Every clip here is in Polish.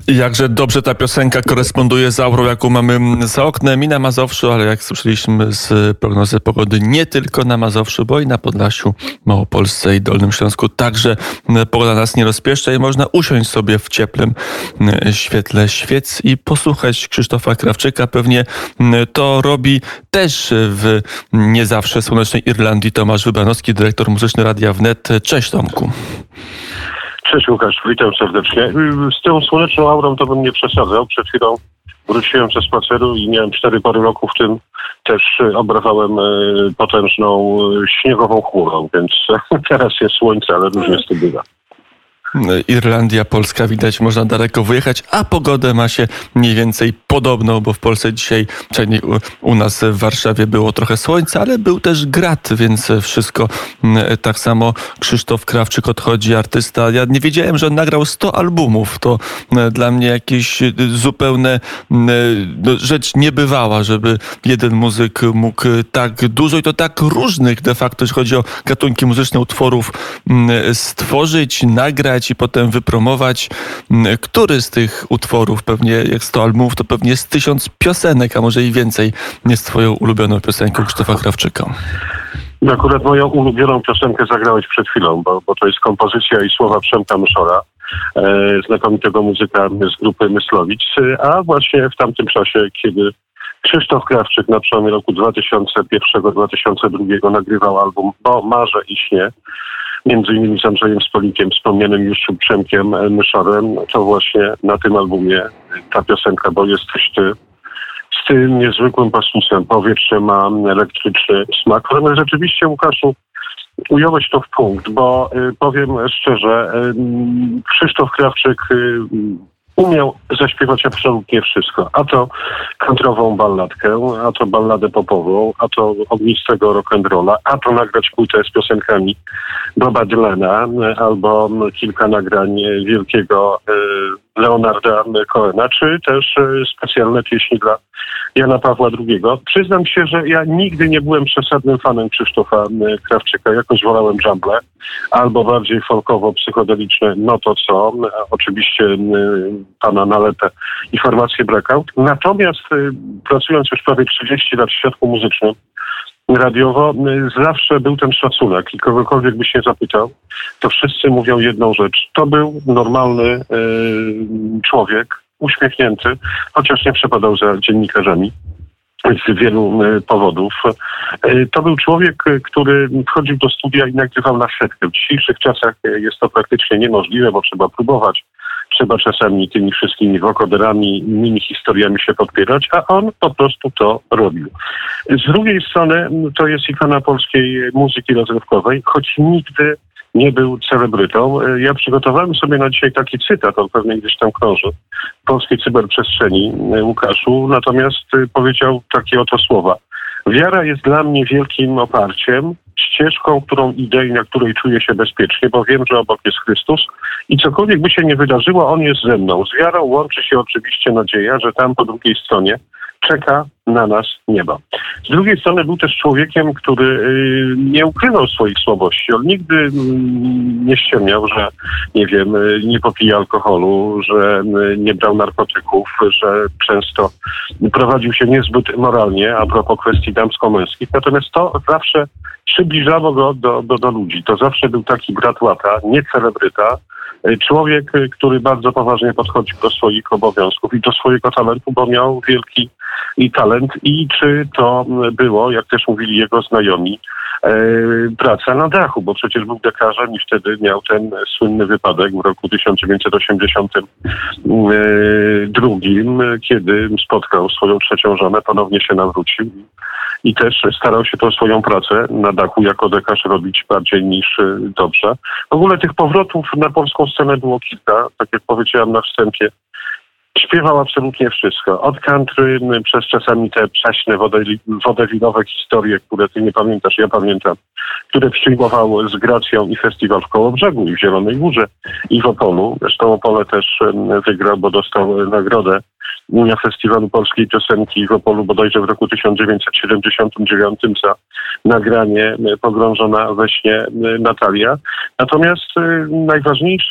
Jakże dobrze ta piosenka koresponduje z aurą, jaką mamy za oknem i na Mazowszu, ale jak słyszeliśmy z prognozy pogody, nie tylko na Mazowszu, bo i na Podlasiu, Małopolsce i Dolnym Śląsku także pogoda nas nie rozpieszcza i można usiąść sobie w cieplem świetle świec i posłuchać Krzysztofa Krawczyka. Pewnie to robi też w nie zawsze słonecznej Irlandii Tomasz Wybranowski, dyrektor muzyczny Radia Wnet. Cześć, Tomku. Cześć Łukasz, witam serdecznie. Z tą słoneczną aurą to bym nie przesadzał. Przed chwilą wróciłem ze spaceru i miałem 4 pory roku, w tym też obracałem potężną śniegową chmurą, więc teraz jest słońce, ale różnie z tym bywa. Irlandia, Polska, widać, można daleko wyjechać, a pogodę ma się mniej więcej podobną, bo w Polsce dzisiaj, przynajmniej u nas w Warszawie było trochę słońca, ale był też grad, więc wszystko tak samo. Krzysztof Krawczyk odchodzi, artysta. Ja nie wiedziałem, że on nagrał 100 albumów. To dla mnie jakieś zupełne rzecz niebywała, żeby jeden muzyk mógł tak dużo i to tak różnych de facto, jeśli chodzi o gatunki muzyczne utworów, stworzyć, nagrać i potem wypromować. Który z tych utworów, pewnie jak 100 albumów, to pewnie jest 1000 piosenek, a może i więcej, jest twoją ulubioną piosenką Krzysztofa Krawczyka? Akurat moją ulubioną piosenkę zagrałeś przed chwilą, bo to jest kompozycja i słowa Przemka Myszora, znakomitego muzyka z grupy Myslowic, a właśnie w tamtym czasie, kiedy Krzysztof Krawczyk na przełomie roku 2001-2002 nagrywał album Bo marzę i śnie, między innymi z Andrzejem Spolikiem, wspomnianym już Przemkiem Myszorem, to właśnie na tym albumie ta piosenka Bo jesteś ty, z tym niezwykłym pasusem, powietrze ma elektryczny smak. Ale rzeczywiście, Łukaszu, ująłeś to w punkt, bo powiem szczerze, Krzysztof Krawczyk umiał zaśpiewać absolutnie wszystko. A to country'ową balladkę, a to balladę popową, a to ognistego rock'n'rolla, a to nagrać płytę z piosenkami Boba Dylana albo kilka nagrań wielkiego Leonarda Cohena, czy też specjalne pieśni dla Jana Pawła II. Przyznam się, że ja nigdy nie byłem przesadnym fanem Krzysztofa Krawczyka. Jakoś wolałem dżamble albo bardziej folkowo-psychodeliczne No to co. Oczywiście pana Naletę i formację Blackout. Natomiast pracując już prawie 30 lat w świadku muzycznym, radiowo, zawsze był ten szacunek i kogokolwiek byś nie zapytał, to wszyscy mówią jedną rzecz. To był normalny człowiek, uśmiechnięty, chociaż nie przepadał za dziennikarzami z wielu powodów. To był człowiek, który wchodził do studia i nagrywał na setkę. W dzisiejszych czasach jest to praktycznie niemożliwe, bo trzeba próbować. Trzeba czasami tymi wszystkimi wokoderami, mini historiami się podpierać, a on po prostu to robił. Z drugiej strony to jest ikona polskiej muzyki rozrywkowej, choć nigdy nie był celebrytą. Ja przygotowałem sobie na dzisiaj taki cytat, on pewnie gdzieś tam krąży, w polskiej cyberprzestrzeni, Łukaszu, natomiast powiedział takie oto słowa. Wiara jest dla mnie wielkim oparciem, ścieżką, którą idę i na której czuję się bezpiecznie, bo wiem, że obok jest Chrystus i cokolwiek by się nie wydarzyło, On jest ze mną. Z wiarą łączy się oczywiście nadzieja, że tam po drugiej stronie czeka na nas nieba. Z drugiej strony był też człowiekiem, który nie ukrywał swoich słabości. On nigdy nie ściemniał, że nie popija alkoholu, że nie brał narkotyków, że często prowadził się niezbyt moralnie a propos kwestii damsko-męskich. Natomiast to zawsze przybliżało go do ludzi. To zawsze był taki brat łata, nie celebryta, człowiek, który bardzo poważnie podchodził do swoich obowiązków i do swojego talentu, bo miał wielki talent i czy to było, jak też mówili jego znajomi, praca na dachu, bo przecież był dekarzem i wtedy miał ten słynny wypadek w roku 1982, kiedy spotkał swoją trzecią żonę, ponownie się nawrócił i też starał się tą swoją pracę na dachu jako dekarz robić bardziej niż dobrze. W ogóle tych powrotów na polską scenę było kilka, tak jak powiedziałem na wstępie. Śpiewał absolutnie wszystko. Od country przez czasami te przaśne, wodewinowe historie, które ty nie pamiętasz, ja pamiętam, które przyjmował z gracją i festiwal w Kołobrzegu i w Zielonej Górze i w Opolu. Zresztą Opole też wygrał, bo dostał nagrodę na Festiwalu Polskiej Piosenki w Opolu bodajże w roku 1979 za nagranie Pogrążona we śnie Natalia. Natomiast najważniejsze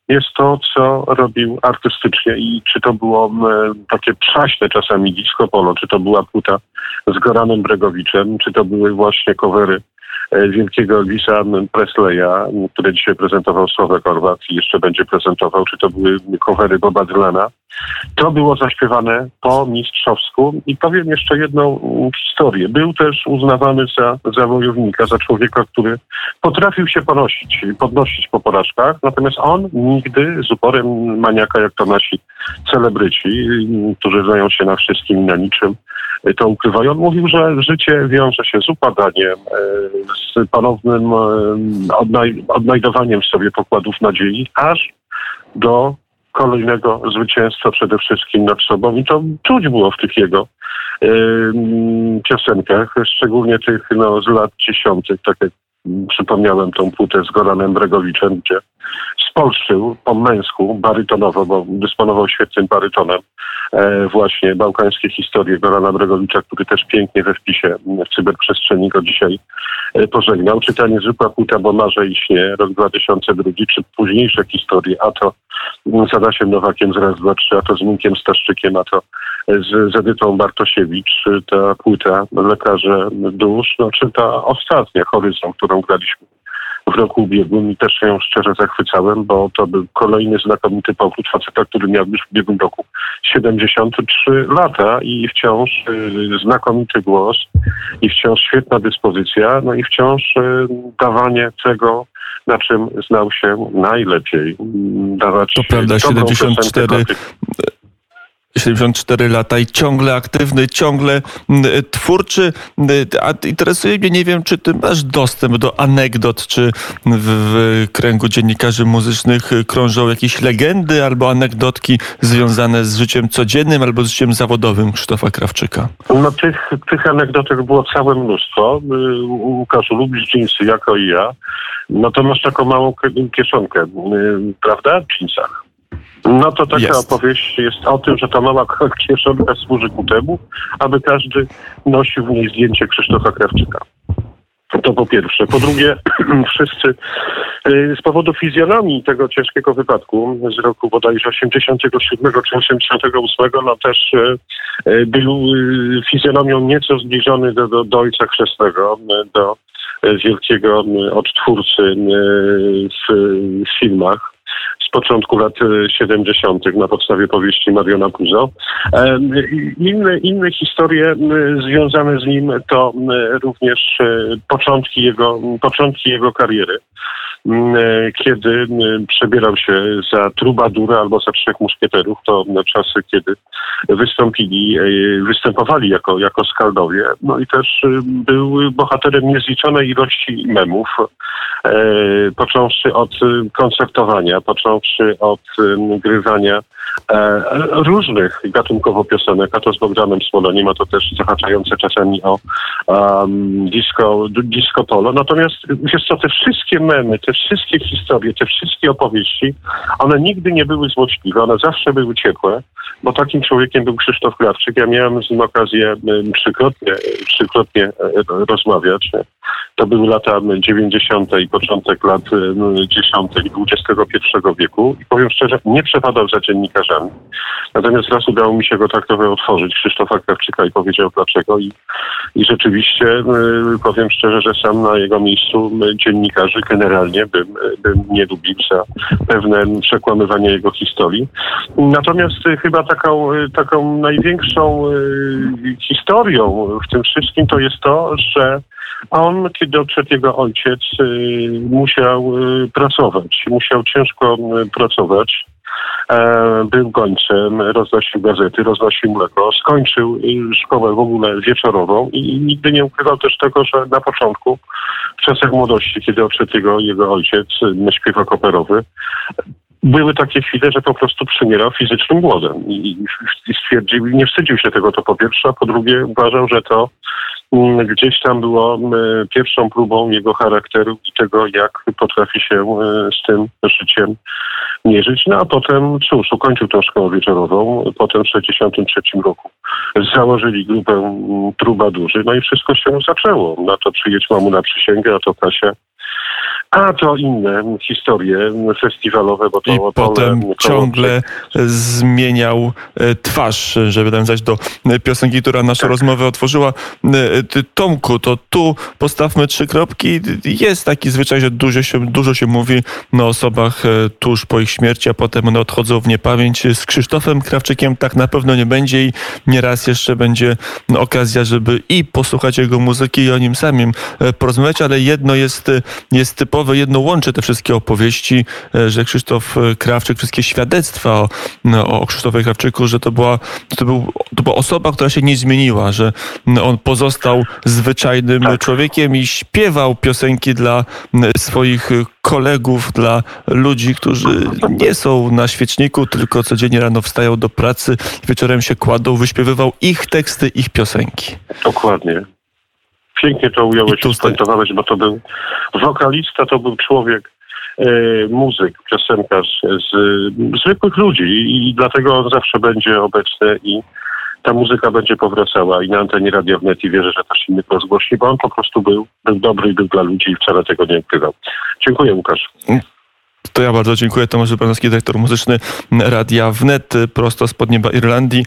jest to, co robił artystycznie i czy to było takie przaśne czasami disco polo, czy to była płyta z Goranem Bregowiczem, czy to były właśnie covery wielkiego Elvisa Presleya, które dzisiaj prezentował Sławek Orwat i jeszcze będzie prezentował, czy to były covery Boba Dylana. To było zaśpiewane po mistrzowsku i powiem jeszcze jedną historię. Był też uznawany za wojownika, za człowieka, który potrafił się podnosić po porażkach, natomiast on nigdy z uporem maniaka, jak to nasi celebryci, którzy znają się na wszystkim i na niczym, to ukrywają. On mówił, że życie wiąże się z upadaniem, z ponownym odnajdowaniem w sobie pokładów nadziei, aż do kolejnego zwycięstwa przede wszystkim nad sobą. I to czuć było w tych jego piosenkach, szczególnie tych z lat 10., tak jak przypomniałem tą płytę z Goranem Bregowiczem, gdzie spolszczył po męsku, barytonowo, bo dysponował świetnym barytonem, właśnie bałkańskie historie Gorana Bregowicza, który też pięknie we wpisie w cyberprzestrzeni go dzisiaj pożegnał. Czy ta niezwykła płyta, bo marzę i śnie, rok 2002, czy późniejsze historie, a to z Adasiem Nowakiem z Raz, Dwa, Trzy, a to z Minkiem Staszczykiem, a to z Edytą Bartosiewicz, ta płyta Lekarze Dusz, czy ta ostatnia Horyzont, którą graliśmy w roku ubiegłym i też się szczerze zachwycałem, bo to był kolejny znakomity powrót faceta, który miał już w ubiegłym roku 73 lata i wciąż znakomity głos i wciąż świetna dyspozycja, no i wciąż dawanie tego, na czym znał się najlepiej. Dawać to prawda, 74 lata i ciągle aktywny, ciągle twórczy. A interesuje mnie, nie wiem, czy ty masz dostęp do anegdot, czy w kręgu dziennikarzy muzycznych krążą jakieś legendy albo anegdotki związane z życiem codziennym albo z życiem zawodowym Krzysztofa Krawczyka? No tych anegdotek było całe mnóstwo. Łukaszu, lubisz dżinsy, jako i ja. No to masz taką małą kieszonkę, prawda? W dżinsach. No to taka opowieść jest o tym, że ta mała kieszonka służy ku temu, aby każdy nosił w niej zdjęcie Krzysztofa Krawczyka. To po pierwsze. Po drugie, wszyscy z powodu fizjonomii tego ciężkiego wypadku z roku bodajże 87 czy 88, no też był fizjonomią nieco zbliżony do Ojca Chrzestnego, do wielkiego odtwórcy w filmach z początku lat 70. na podstawie powieści Mariona Puzo. Inne historie związane z nim to również początki jego kariery. Kiedy przebierał się za trubadura albo za Trzech Muszkieterów, to czasy, kiedy występowali jako skaldowie. No i też był bohaterem niezliczonej ilości memów, począwszy od koncertowania, począwszy od grywania różnych gatunkowo piosenek, a to z Bogdanem Smoleniem, a to też zahaczające czasami o disco polo. Natomiast wiesz co, te wszystkie memy, te wszystkie historie, te wszystkie opowieści, one nigdy nie były złośliwe, one zawsze były ciepłe, bo takim człowiekiem był Krzysztof Krawczyk. Ja miałem z nim okazję trzykrotnie rozmawiać. To były lata 90. i początek lat 10. XXI wieku i powiem szczerze, nie przepadał za dziennikarzami. Natomiast raz udało mi się go tak trochę otworzyć, Krzysztofa Krawczyka, i powiedział dlaczego. I rzeczywiście powiem szczerze, że sam na jego miejscu dziennikarzy generalnie bym nie lubił za pewne przekłamywanie jego historii. Natomiast chyba taką największą historią w tym wszystkim to jest to, że on, kiedy odszedł jego ojciec, musiał pracować. Musiał ciężko pracować. Był gońcem, roznosił gazety, roznosił mleko, skończył szkołę w ogóle wieczorową i nigdy nie ukrywał też tego, że na początku, w czasach młodości, kiedy odszedł jego ojciec, śpiewak operowy, były takie chwile, że po prostu przymierał fizycznym głodem i stwierdził, nie wstydził się tego, to po pierwsze, a po drugie uważał, że to gdzieś tam było pierwszą próbą jego charakteru i tego, jak potrafi się z tym życiem mierzyć. No a potem, cóż, ukończył tę szkołę wieczorową, potem w 1963 roku założyli grupę trubadurzy, no i wszystko się zaczęło. Na to przyjęła mu na przysięgę, a to Kasia A to inne historie festiwalowe, bo to I potem ciągle zmieniał twarz, żeby nawiązać do piosenki, która naszą rozmowę otworzyła. Tomku, to tu postawmy 3 kropki. Jest taki zwyczaj, że dużo się mówi o osobach tuż po ich śmierci, a potem one odchodzą w niepamięć. Z Krzysztofem Krawczykiem tak na pewno nie będzie i nieraz jeszcze będzie okazja, żeby i posłuchać jego muzyki i o nim samym porozmawiać, ale jedno jest typowe, jedno łączy te wszystkie opowieści, że Krzysztof Krawczyk, wszystkie świadectwa o Krzysztofie Krawczyku, że to była osoba, która się nie zmieniła, że on pozostał zwyczajnym człowiekiem i śpiewał piosenki dla swoich kolegów, dla ludzi, którzy nie są na świeczniku, tylko codziennie rano wstają do pracy, wieczorem się kładą, wyśpiewywał ich teksty, ich piosenki. Dokładnie. Pięknie to ująłeś i spuentowałeś, bo to był wokalista, to był człowiek, muzyk, piosenkarz z zwykłych ludzi i dlatego on zawsze będzie obecny i ta muzyka będzie powracała i na antenie Radia Wnet i wierzę, że też innych rozgłośni, bo on po prostu był dobry i był dla ludzi i wcale tego nie ukrywał. Dziękuję, Łukasz. To ja bardzo dziękuję. Tomasz Wybranowski, dyrektor muzyczny Radia Wnet, prosto spod nieba Irlandii.